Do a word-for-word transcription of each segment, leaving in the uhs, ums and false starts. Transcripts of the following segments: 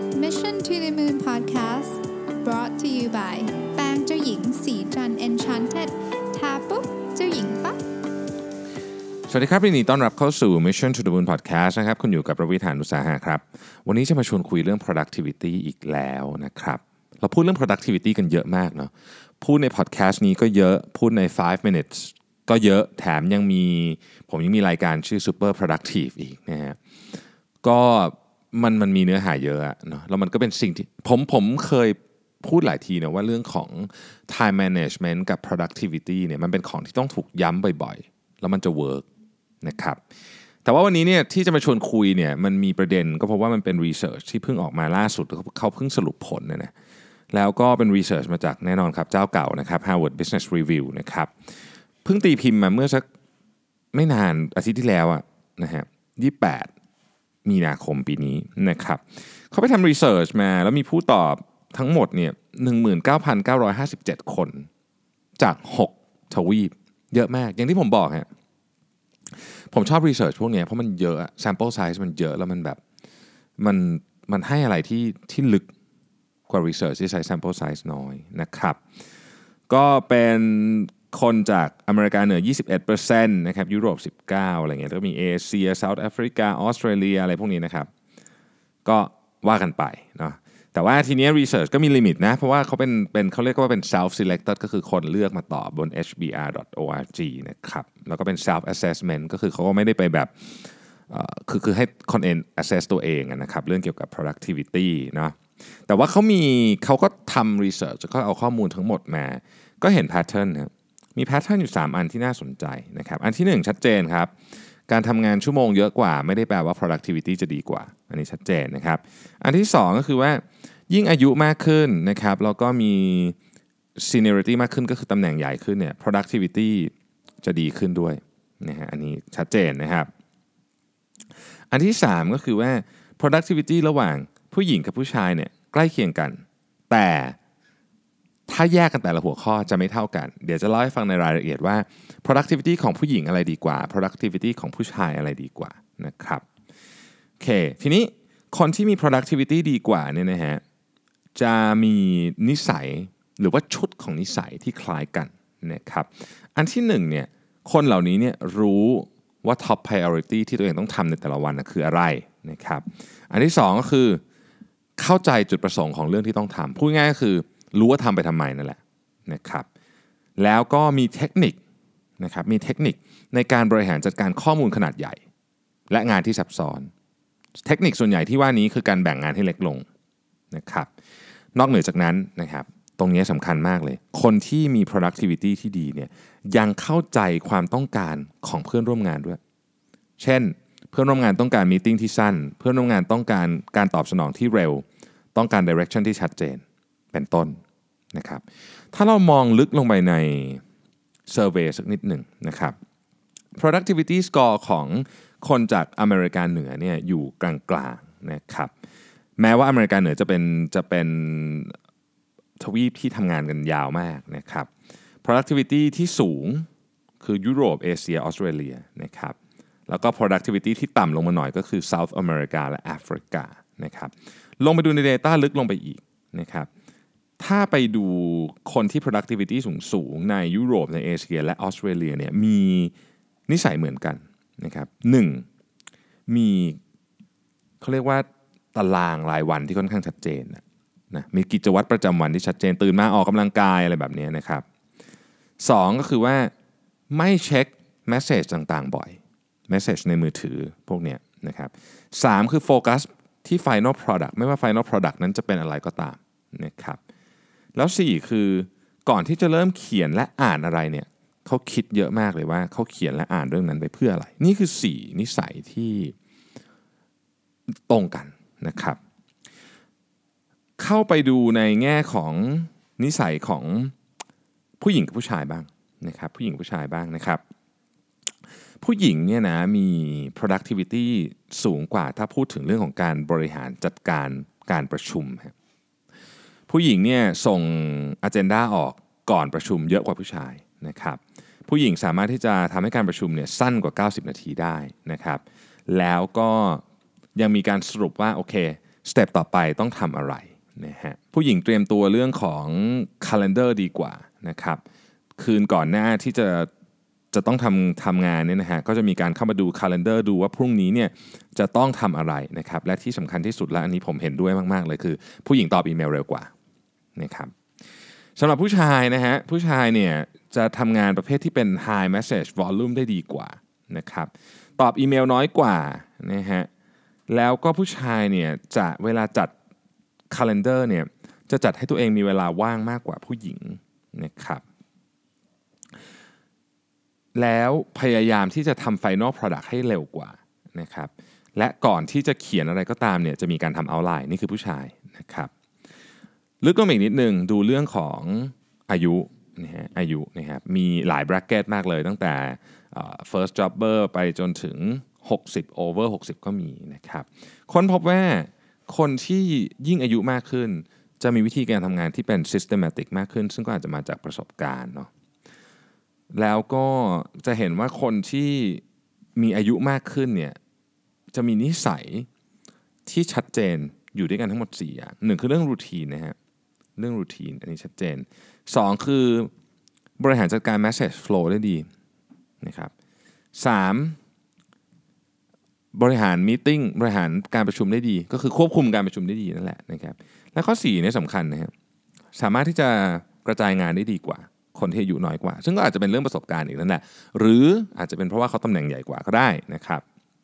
Mission to the Moon Podcast brought to you by แป้งเจ้าหญิงสีจัน Enchanted ทาปุ๊บเจ้าหญิงปั๊บสวัสดีครับยินดีต้อนรับเข้าสู่ Mission to the Moon Podcast นะครับคุณอยู่กับประวิทย์ หาญอุตสาหะครับวันนี้จะมาชวนคุยเรื่อง productivity อีกแล้วนะครับเราพูดเรื่อง productivity กันเยอะมากเนาะพูดใน podcast นี้ก็เยอะพูดในfive minutes ก็เยอะแถมยังมีผมยังมีรายการชื่อ super productive อีกนะฮะก็มันมันมีเนื้อหาเยอะเนาะแล้วมันก็เป็นสิ่งที่ผมผมเคยพูดหลายทีนะว่าเรื่องของ time management กับ productivity เนี่ยมันเป็นของที่ต้องถูกย้ำบ่อยๆแล้วมันจะ work นะครับแต่ว่าวันนี้เนี่ยที่จะมาชวนคุยเนี่ยมันมีประเด็นก็เพราะว่ามันเป็น research ที่เพิ่งออกมาล่าสุดเขาเพิ่งสรุปผลนะนะแล้วก็เป็น research มาจากแน่นอนครับเจ้าเก่านะครับ Harvard Business Review นะครับเพิ่งตีพิมพ์มาเมื่อสักไม่นานอาทิตย์ที่แล้วอะนะฮะยี่สิบแปดมีนาคมปีนี้นะครับเขาไปทำ research มาแล้วมีผู้ตอบทั้งหมดเนี่ย หนึ่งหมื่นเก้าพันเก้าร้อยห้าสิบเจ็ด คนจากหกทวีปเยอะมากอย่างที่ผมบอกฮะผมชอบ research พวกนี้เพราะมันเยอะ sample size มันเยอะแล้วมันแบบมันมันให้อะไรที่ที่ลึกกว่า research ที่ใช้ sample size น้อยนะครับก็เป็นคนจากอเมริกาเหนือ ยี่สิบเอ็ดเปอร์เซ็นต์ นะครับยุโรปสิบเก้าอะไรเงี้ยแล้วก็มีเอเชียเซาท์แอฟริกาออสเตรเลียอะไรพวกนี้นะครับก็ว่ากันไปเนาะแต่ว่าทีนี้ research ก็มีลิมิตนะเพราะว่าเขาเป็นเป็นเขาเรียกว่าเป็น self selected ก็คือคนเลือกมาตอบบน เอช บี อาร์ ดอท โอ อาร์ จี นะครับแล้วก็เป็น self assessment ก็คือเขาก็ไม่ได้ไปแบบคือคือให้คนเอง assess ตัวเองนะครับเรื่องเกี่ยวกับ productivity เนาะแต่ว่าเขามีเขาก็ทำ research ก็เอาข้อมูลทั้งหมดมาก็เห็น pattern นะมี pattern อยู่สามอันที่น่าสนใจนะครับอันที่หนึ่งชัดเจนครับการทำงานชั่วโมงเยอะกว่าไม่ได้แปลว่า productivity จะดีกว่าอันนี้ชัดเจนนะครับอันที่สองก็คือว่ายิ่งอายุมากขึ้นนะครับแล้วก็มี seniority มากขึ้นก็คือตำแหน่งใหญ่ขึ้นเนี่ย productivity จะดีขึ้นด้วยนะฮะอันนี้ชัดเจนนะครับอันที่สามก็คือว่า productivity ระหว่างผู้หญิงกับผู้ชายเนี่ยใกล้เคียงกันแต่ถ้าแยกกันแต่ละหัวข้อจะไม่เท่ากันเดี๋ยวจะเล่าให้ฟังในรายละเอียดว่า productivity ของผู้หญิงอะไรดีกว่า productivity ของผู้ชายอะไรดีกว่านะครับโอเคทีนี้คนที่มี productivity ดีกว่าเนี่ยนะฮะจะมีนิสัยหรือว่าชุดของนิสัยที่คล้ายกันนะครับอันที่หนึ่งเนี่ยคนเหล่านี้เนี่ยรู้ว่า top priority ที่ตัวเองต้องทำในแต่ละวันนะคืออะไรนะครับอันที่สองก็คือเข้าใจจุดประสงค์ของเรื่องที่ต้องทำพูดง่ายก็คือรู้ว่าทำไปทำไมนั่นแหละนะครับแล้วก็มีเทคนิคนะครับมีเทคนิคในการบริหารจัดการข้อมูลขนาดใหญ่และงานที่ซับซ้อนเทคนิคส่วนใหญ่ที่ว่านี้คือการแบ่งงานให้เล็กลงนะครับนอกเหนือจากนั้นนะครับตรงนี้สำคัญมากเลยคนที่มี productivity ที่ดีเนี่ยยังเข้าใจความต้องการของเพื่อนร่วมงานด้วยเช่นเพื่อนร่วมงานต้องการมีตติ้งที่สั้นเพื่อนร่วมงานต้องการการตอบสนองที่เร็วต้องการ direction ที่ชัดเจนเป็นต้นนะครับถ้าเรามองลึกลงไปใน survey สักนิดหนึ่งนะครับ productivity score ของคนจากอเมริกาเหนือเนี่ยอยู่กลางๆนะครับแม้ว่าอเมริกาเหนือจะเป็นจะเป็นทวีปที่ทำงานกันยาวมากนะครับ productivity ที่สูงคือยุโรปเอเชียออสเตรเลียนะครับแล้วก็ productivity ที่ต่ำลงมาหน่อยก็คือ South America และแอฟริกานะครับลงไปดูใน data ลึกลงไปอีกนะครับถ้าไปดูคนที่ productivity สูงๆในยุโรปในเอเชียและออสเตรเลียเนี่ยมีนิสัยเหมือนกันนะครับหนึ่งมีเขาเรียกว่าตารางรายวันที่ค่อนข้างชัดเจนนะนะมีกิจวัตรประจำวันที่ชัดเจนตื่นมาออกกำลังกายอะไรแบบนี้นะครับสองก็คือว่าไม่เช็คเมสเสจต่างๆบ่อยเมสเสจในมือถือพวกเนี้ยนะครับสามคือโฟกัสที่ final product ไม่ว่า final product นั้นจะเป็นอะไรก็ตามนะครับแล้วสี่คือก่อนที่จะเริ่มเขียนและอ่านอะไรเนี่ยเขาคิดเยอะมากเลยว่าเขาเขียนและอ่านเรื่องนั้นไปเพื่ออะไรนี่คือสี่นิสัยที่ตรงกันนะครับเข้าไปดูในแง่ของนิสัยของผู้หญิงกับผู้ชายบ้างนะครับผู้หญิงผู้ชายบ้างนะครับผู้หญิงเนี่ยนะมี productivity สูงกว่าถ้าพูดถึงเรื่องของการบริหารจัดการการประชุมครับผู้หญิงเนี่ยส่ง agenda ออกก่อนประชุมเยอะกว่าผู้ชายนะครับผู้หญิงสามารถที่จะทำให้การประชุมเนี่ยสั้นกว่าเก้าสิบนาทีได้นะครับแล้วก็ยังมีการสรุปว่าโอเคสเต็ปต่อไปต้องทำอะไรนะฮะผู้หญิงเตรียมตัวเรื่องของ calendar ดีกว่านะครับคืนก่อนหน้าที่จะจะต้องทำทำงานเนี่ยนะฮะก็จะมีการเข้ามาดู calendar ดูว่าพรุ่งนี้เนี่ยจะต้องทำอะไรนะครับและที่สำคัญที่สุดและอันนี้ผมเห็นด้วยมากๆเลยคือผู้หญิงตอบอีเมลเร็วกว่านะครับสำหรับผู้ชายนะฮะผู้ชายเนี่ยจะทำงานประเภทที่เป็น high message volume ได้ดีกว่านะครับตอบอีเมลน้อยกว่านะฮะแล้วก็ผู้ชายเนี่ยจะเวลาจัด calendar เนี่ยจะจัดให้ตัวเองมีเวลาว่างมากกว่าผู้หญิงนะครับแล้วพยายามที่จะทำ final product ให้เร็วกว่านะครับและก่อนที่จะเขียนอะไรก็ตามเนี่ยจะมีการทำ outline นี่คือผู้ชายนะครับลึกลงไปอีกนิดนึงดูเรื่องของอายุนะฮะอายุนะครับมีหลาย bracket มากเลยตั้งแต่ first jobber ไปจนถึงหกสิบ over หกสิบก็มีนะครับค้นพบว่าคนที่ยิ่งอายุมากขึ้นจะมีวิธีการทำงานที่เป็น systematic มากขึ้นซึ่งก็อาจจะมาจากประสบการณ์เนาะแล้วก็จะเห็นว่าคนที่มีอายุมากขึ้นเนี่ยจะมีนิสัยที่ชัดเจนอยู่ด้วยกันทั้งหมดสี่อย่างหนึ่งคือเรื่องรูทีนนะฮะเรื่องรูทีนอันนี้ชัดเจนสองคือบริหารจัดการ message flow ได้ดีนะครับสามบริหารมีตติ้งบริหารการประชุมได้ดีก็คือควบคุมการประชุมได้ดีนั่นแหละนะครับและข้อสี่เนี่ยสำคัญนะครับสามารถที่จะกระจายงานได้ดีกว่าคนที่อายุน้อยกว่าซึ่งก็อาจจะเป็นเรื่องประสบการณ์อีกนั่นแหละหรืออาจจะเป็นเพราะว่าเขาตำแหน่งใหญ่กว่าก็ได้นะครับ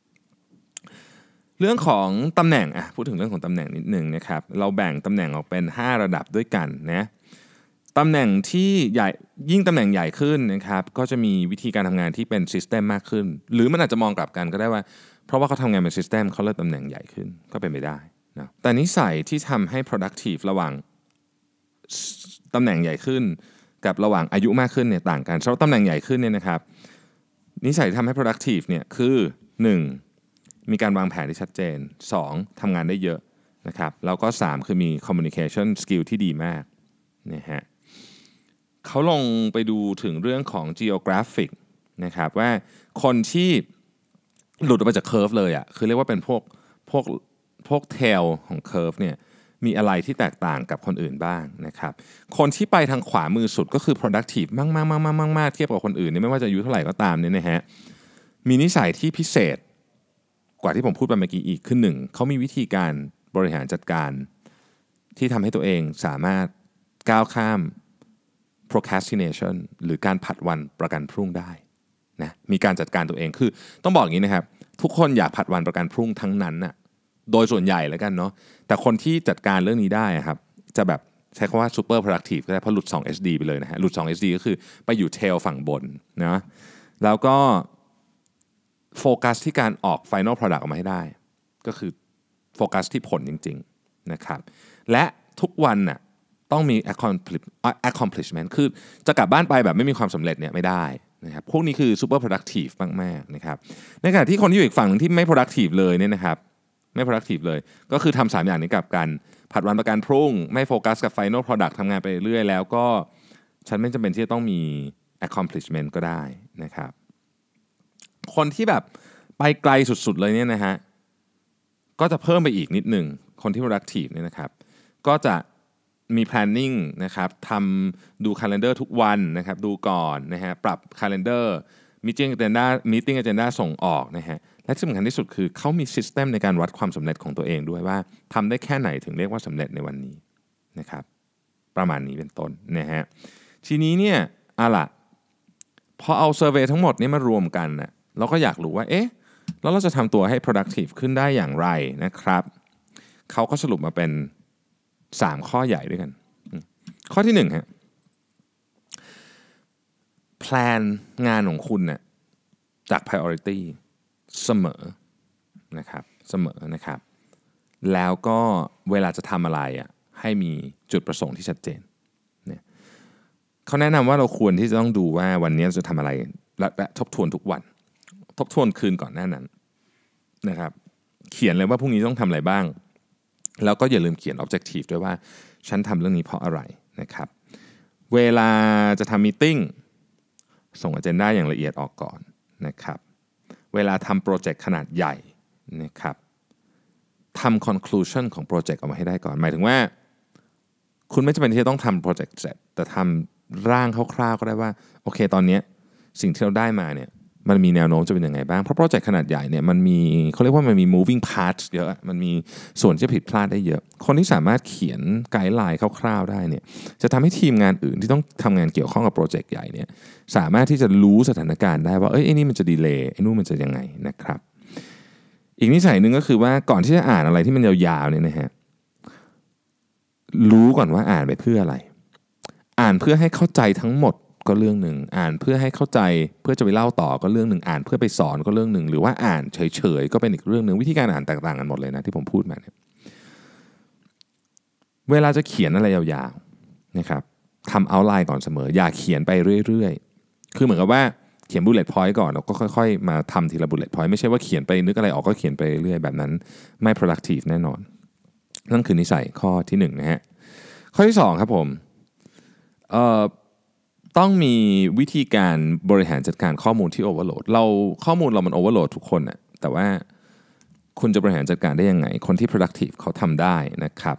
เรื่องของตำแหน่งอ่ะพูดถึงเรื่องของตำแหน่งนิดนึงนะครับเราแบ่งตำแหน่งออกเป็นห้าระดับด้วยกันนะตำแหน่งที่ใหญ่ยิ่งตำแหน่งใหญ่ขึ้นนะครับก็จะมีวิธีการทำงานที่เป็นซิสเต็มมากขึ้นหรือมันอาจจะมองกลับกันก็ได้ว่าเพราะว่าเขาทำงานเป็นซิสเต็มเขาเลยตำแหน่งใหญ่ขึ้นก็เป็นไปได้นะแต่นิสัยที่ทำให้ productive ระหว่างตำแหน่งใหญ่ขึ้นกับระหว่างอายุมากขึ้นเนี่ยต่างกันสำหรับตำแหน่งใหญ่ขึ้นเนี่ยนะครับนิสัยที่ทำให้ productive เนี่ยคือหนึ่งมีการวางแผนที่ชัดเจนสองทำงานได้เยอะนะครับแล้วก็สามคือมี communication skill ที่ดีมากนะฮะเขาลงไปดูถึงเรื่องของ geographic นะครับว่าคนที่หลุดออกไปจาก curve เลยอ่ะคือเรียกว่าเป็นพวกพวกพวก tail ของ curve เนี่ยมีอะไรที่แตกต่างกับคนอื่นบ้างนะครับคนที่ไปทางขวามือสุดก็คือ productive มากๆๆๆๆเทียบกับคนอื่นนี่ไม่ว่าจะอายุเท่าไหร่ก็ตามเนี่ยนะฮะมีนิสัยที่พิเศษกว่าที่ผมพูดไปเมื่อกี้อีกคือหนึ่งเขามีวิธีการบริหารจัดการที่ทำให้ตัวเองสามารถก้าวข้าม procrastination หรือการผัดวันประกันพรุ่งได้นะมีการจัดการตัวเองคือต้องบอกอย่างนี้นะครับทุกคนอยากผัดวันประกันพรุ่งทั้งนั้นน่ะโดยส่วนใหญ่แล้วกันเนาะแต่คนที่จัดการเรื่องนี้ได้ครับจะแบบใช้คำว่า super productive ก็ได้เพราะหลุด สอง เอส ดี ไปเลยนะฮะหลุด สอง เอส ดี ก็คือไปอยู่ tail ฝั่งบนนะแล้วก็โฟกัสที่การออก final product ออกมาให้ได้ก็คือโฟกัสที่ผลจริงๆนะครับและทุกวันน่ะต้องมี accomplishment คือจะกลับบ้านไปแบบไม่มีความสำเร็จเนี่ยไม่ได้นะครับพวกนี้คือ super productive มากๆนะครับในขณะที่คนที่อยู่อีกฝั่งนึงที่ไม่ productive เลยเนี่ยนะครับไม่ productive เลยก็คือทำสามอย่างนี้กับกันผัดวันประกันพรุ่งไม่โฟกัสกับ final product ทำงานไปเรื่อยแล้วก็ฉันไม่จำเป็นที่จะต้องมี accomplishment ก็ได้นะครับคนที่แบบไปไกลสุดๆเลยเนี่ยนะฮะก็จะเพิ่มไปอีกนิดหนึ่งคนที่ productive เนี่ยนะครับก็จะมี planning นะครับทำดู calendar ทุกวันนะครับดูก่อนนะฮะปรับ calendar meeting agenda meeting agenda ส่งออกนะฮะและที่สำคัญที่สุดคือเขามี system ในการวัดความสำเร็จของตัวเองด้วยว่าทำได้แค่ไหนถึงเรียกว่าสำเร็จในวันนี้นะครับประมาณนี้เป็นต้นนะฮะทีนี้เนี่ยอะล่ะพอเอา survey ทั้งหมดนี้มารวมกันน่ะเราก็อยากรู้ว่าเอ๊ะแล้วเราจะทำตัวให้ productive ขึ้นได้อย่างไรนะครับเขาก็สรุปมาเป็นสามข้อใหญ่ด้วยกันข้อที่หนึ่งฮะแพลนงานของคุณเนี่ยจาก priority เสมอนะครับเสมอนะครับแล้วก็เวลาจะทำอะไรอ่ะให้มีจุดประสงค์ที่ชัดเจนเนี่ยเขาแนะนำว่าเราควรที่จะต้องดูว่าวันนี้จะทำอะไรและและทบทวนทุกวันทบทวนคืนก่อนหน้านั้นนะครับเขียนเลยว่าพรุ่งนี้ต้องทำอะไรบ้างแล้วก็อย่าลืมเขียน objective ด้วยว่าฉันทำเรื่องนี้เพราะอะไรนะครับเวลาจะทำมีตติ้งส่ง agenda อย่างละเอียดออกก่อนนะครับเวลาทำโปรเจกต์ขนาดใหญ่นะครับททำ conclusion ของโปรเจกต์ออกมาให้ได้ก่อนหมายถึงว่าคุณไม่จำเป็นที่จะต้องทำโปรเจกต์เสร็จแต่ทำร่างคร่าวๆก็ได้ว่าโอเคตอนนี้สิ่งที่เราได้มาเนี่ยมันมีแนวโน้มจะเป็นยังไงบ้างเพราะโปรเจกต์ขนาดใหญ่เนี่ยมันมีเขาเรียกว่ามันมี moving parts เยอะมันมีส่วนที่ผิดพลาดได้เยอะคนที่สามารถเขียนไกด์ไลน์คร่าวๆได้เนี่ยจะทำให้ทีมงานอื่นที่ต้องทำงานเกี่ยวข้องกับโปรเจกต์ใหญ่เนี่ยสามารถที่จะรู้สถานการณ์ได้ว่าเอ้ยไอ้นี่มันจะดีเลย์ไอ้นู่นมันจะยังไงนะครับอีกนิสัยหนึ่งก็คือว่าก่อนที่จะอ่านอะไรที่มันยาวๆเนี่ยนะฮะรู้ก่อนว่าอ่านไปเพื่ออะไรอ่านเพื่อให้เข้าใจทั้งหมดก็เรื่องหนึ่งอ่านเพื่อให้เข้าใจเพื่อจะไปเล่าต่อก็เรื่องหนึ่งอ่านเพื่อไปสอนก็เรื่องหนึ่งหรือว่าอ่านเฉยๆก็เป็นอีกเรื่องหนึ่งวิธีการอ่านแตกต่างกันหมดเลยนะที่ผมพูดมาเนี่ยเวลาจะเขียนอะไรยาวๆนะครับทำเอาท์ไลน์ก่อนเสมออย่าเขียนไปเรื่อยๆคือเหมือนกับว่าเขียน bullet point ก่อนแล้วก็ค่อยๆมาทำทีละ bullet point ไม่ใช่ว่าเขียนไปนึกอะไรออกก็เขียนไปเรื่อยๆแบบนั้นไม่ productive แน่นอนนั่นคือนิสัยข้อที่หนึ่งนะฮะข้อที่สองครับผมเอ่อต้องมีวิธีการบริหารจัดการข้อมูลที่โอเวอร์โหลดเราข้อมูลเรามันโอเวอร์โหลดทุกคนน่ะแต่ว่าคุณจะบริหารจัดการได้ยังไงคนที่ productive เขาทำได้นะครับ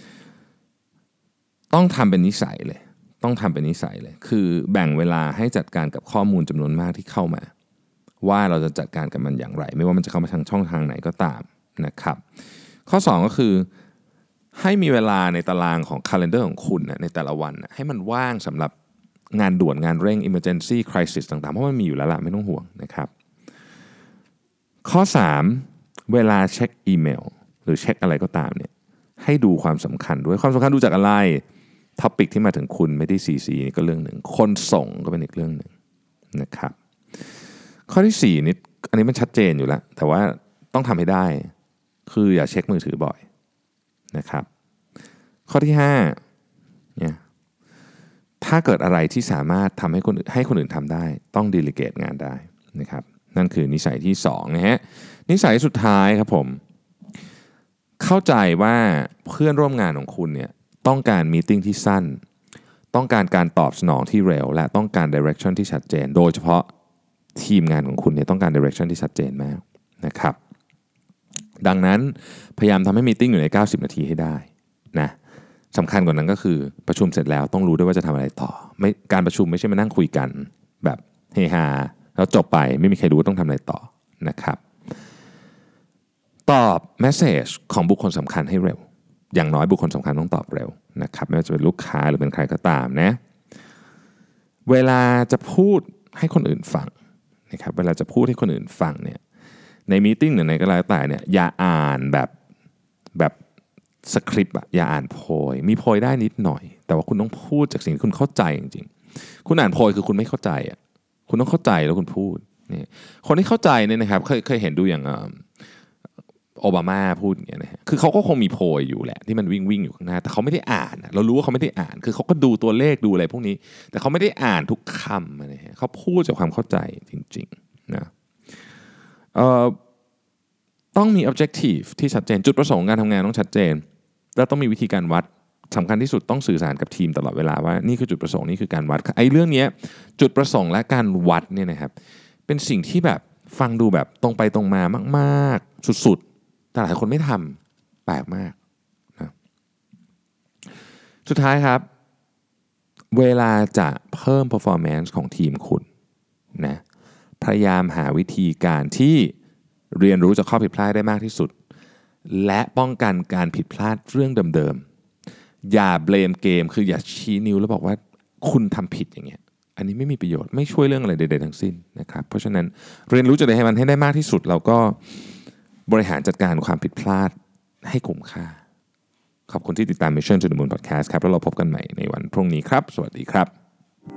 ต้องทำเป็นนิสัยเลยต้องทำเป็นนิสัยเลยคือแบ่งเวลาให้จัดการกับข้อมูลจำนวนมากที่เข้ามาว่าเราจะจัดการกับมันอย่างไรไม่ว่ามันจะเข้ามาทางช่องทางไหนก็ตามนะครับข้อสองก็คือให้มีเวลาในตารางของ calendar ของคุณนะในแต่ละวันนะให้มันว่างสำหรับงานด่วนงานเร่ง emergency crisis ต่างๆเพราะมันมีอยู่แล้วล่ะไม่ต้องห่วงนะครับข้อสามเวลาเช็คอีเมลหรือเช็คอะไรก็ตามเนี่ยให้ดูความสำคัญด้วยความสำคัญดูจากอะไรท็อปิกที่มาถึงคุณไม่ได้ ซี ซี นี่ก็เรื่องหนึ่งคนส่งก็เป็นอีกเรื่องหนึ่งนะครับข้อที่สี่นี่อันนี้มันชัดเจนอยู่แล้วแต่ว่าต้องทำให้ได้คืออย่าเช็คมือถือบ่อยนะครับข้อที่ห้าเนี่ยถ้าเกิดอะไรที่สามารถทำให้คนอื่นให้คนอื่นทำได้ต้องดีลิเกตงานได้นะครับนั่นคือนิสัยที่สองนะฮะนิสัยสุดท้ายครับผมเข้าใจว่าเพื่อนร่วมงานของคุณเนี่ยต้องการมีตติ้งที่สั้นต้องการการตอบสนองที่เร็วและต้องการ direction ที่ชัดเจนโดยเฉพาะทีมงานของคุณเนี่ยต้องการ direction ที่ชัดเจนมากนะครับดังนั้นพยายามทำให้มีตติ้งอยู่ในเก้าสิบนาทีให้ได้นะสำคัญกว่านั้นก็คือประชุมเสร็จแล้วต้องรู้ด้วยว่าจะทำอะไรต่อไม่การประชุมไม่ใช่มานั่งคุยกันแบบเฮฮาแล้วจบไปไม่มีใครรู้ว่าต้องทำอะไรต่อนะครับตอบเมสเสจของบุคคลสำคัญให้เร็วอย่างน้อยบุคคลสำคัญต้องตอบเร็วนะครับไม่ว่าจะเป็นลูกค้าหรือเป็นใครก็ตามนะเวลาจะพูดให้คนอื่นฟังนะครับเวลาจะพูดให้คนอื่นฟังเนี่ยในมีตติ้งหรือในก็แล้วแต่เนี่ยอย่าอ่านแบบแบบสคริปต์อะอย่าอ่านโพยมีโพยได้นิดหน่อยแต่ว่าคุณต้องพูดจากสิ่งที่คุณเข้าใจจริงๆคุณอ่านโพยคือคุณไม่เข้าใจอะคุณต้องเข้าใจแล้วคุณพูดนี่คนที่เข้าใจเนี่ยนะครับเคยเคยเห็นดูอย่างโอบามาพูดอย่างเงี้ยนะฮะคือเขาก็คงมีโพยอยู่แหละที่มันวิ่งวิ่งอยู่ข้างหน้าแต่เขาไม่ได้อ่านเรารู้ว่าเขาไม่ได้อ่านคือเขาก็ดูตัวเลขดูอะไรพวกนี้แต่เขาไม่ได้อ่านทุกคำนะฮะเขาพูดจากความเข้าใจจริงๆนะเอ่อต้องมี objective ที่ชัดเจนจุดประสงค์การทำงานต้องชัดเจนแล้วต้องมีวิธีการวัดสำคัญที่สุดต้องสื่อสารกับทีมตลอดเวลาว่านี่คือจุดประสงค์นี่คือการวัดไอ้เรื่องนี้จุดประสงค์และการวัดเนี่ยนะครับเป็นสิ่งที่แบบฟังดูแบบตรงไปตรงมามากๆสุดๆแต่หลายคนไม่ทำแปลกมากนะสุดท้ายครับเวลาจะเพิ่ม performance ของทีมคุณนะพยายามหาวิธีการที่เรียนรู้จากข้อผิดพลาดได้มากที่สุดและป้องกันการผิดพลาดเรื่องเดิมๆอย่าเบลมเกมคืออย่าชี้นิ้วแล้วบอกว่าคุณทำผิดอย่างเงี้ยอันนี้ไม่มีประโยชน์ไม่ช่วยเรื่องอะไรใดๆทั้งสิ้นนะครับเพราะฉะนั้นเรียนรู้จากให้มันให้ได้มากที่สุดแล้วก็บริหารจัดการความผิดพลาดให้คุ้มค่าขอบคุณที่ติดตาม Mission to the Moon Podcast ครับแล้วเราพบกันใหม่ในวันพรุ่งนี้ครับสวัสดีครับ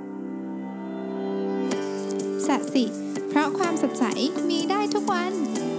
สัสิเพราะความสดใสมีได้ทุกวัน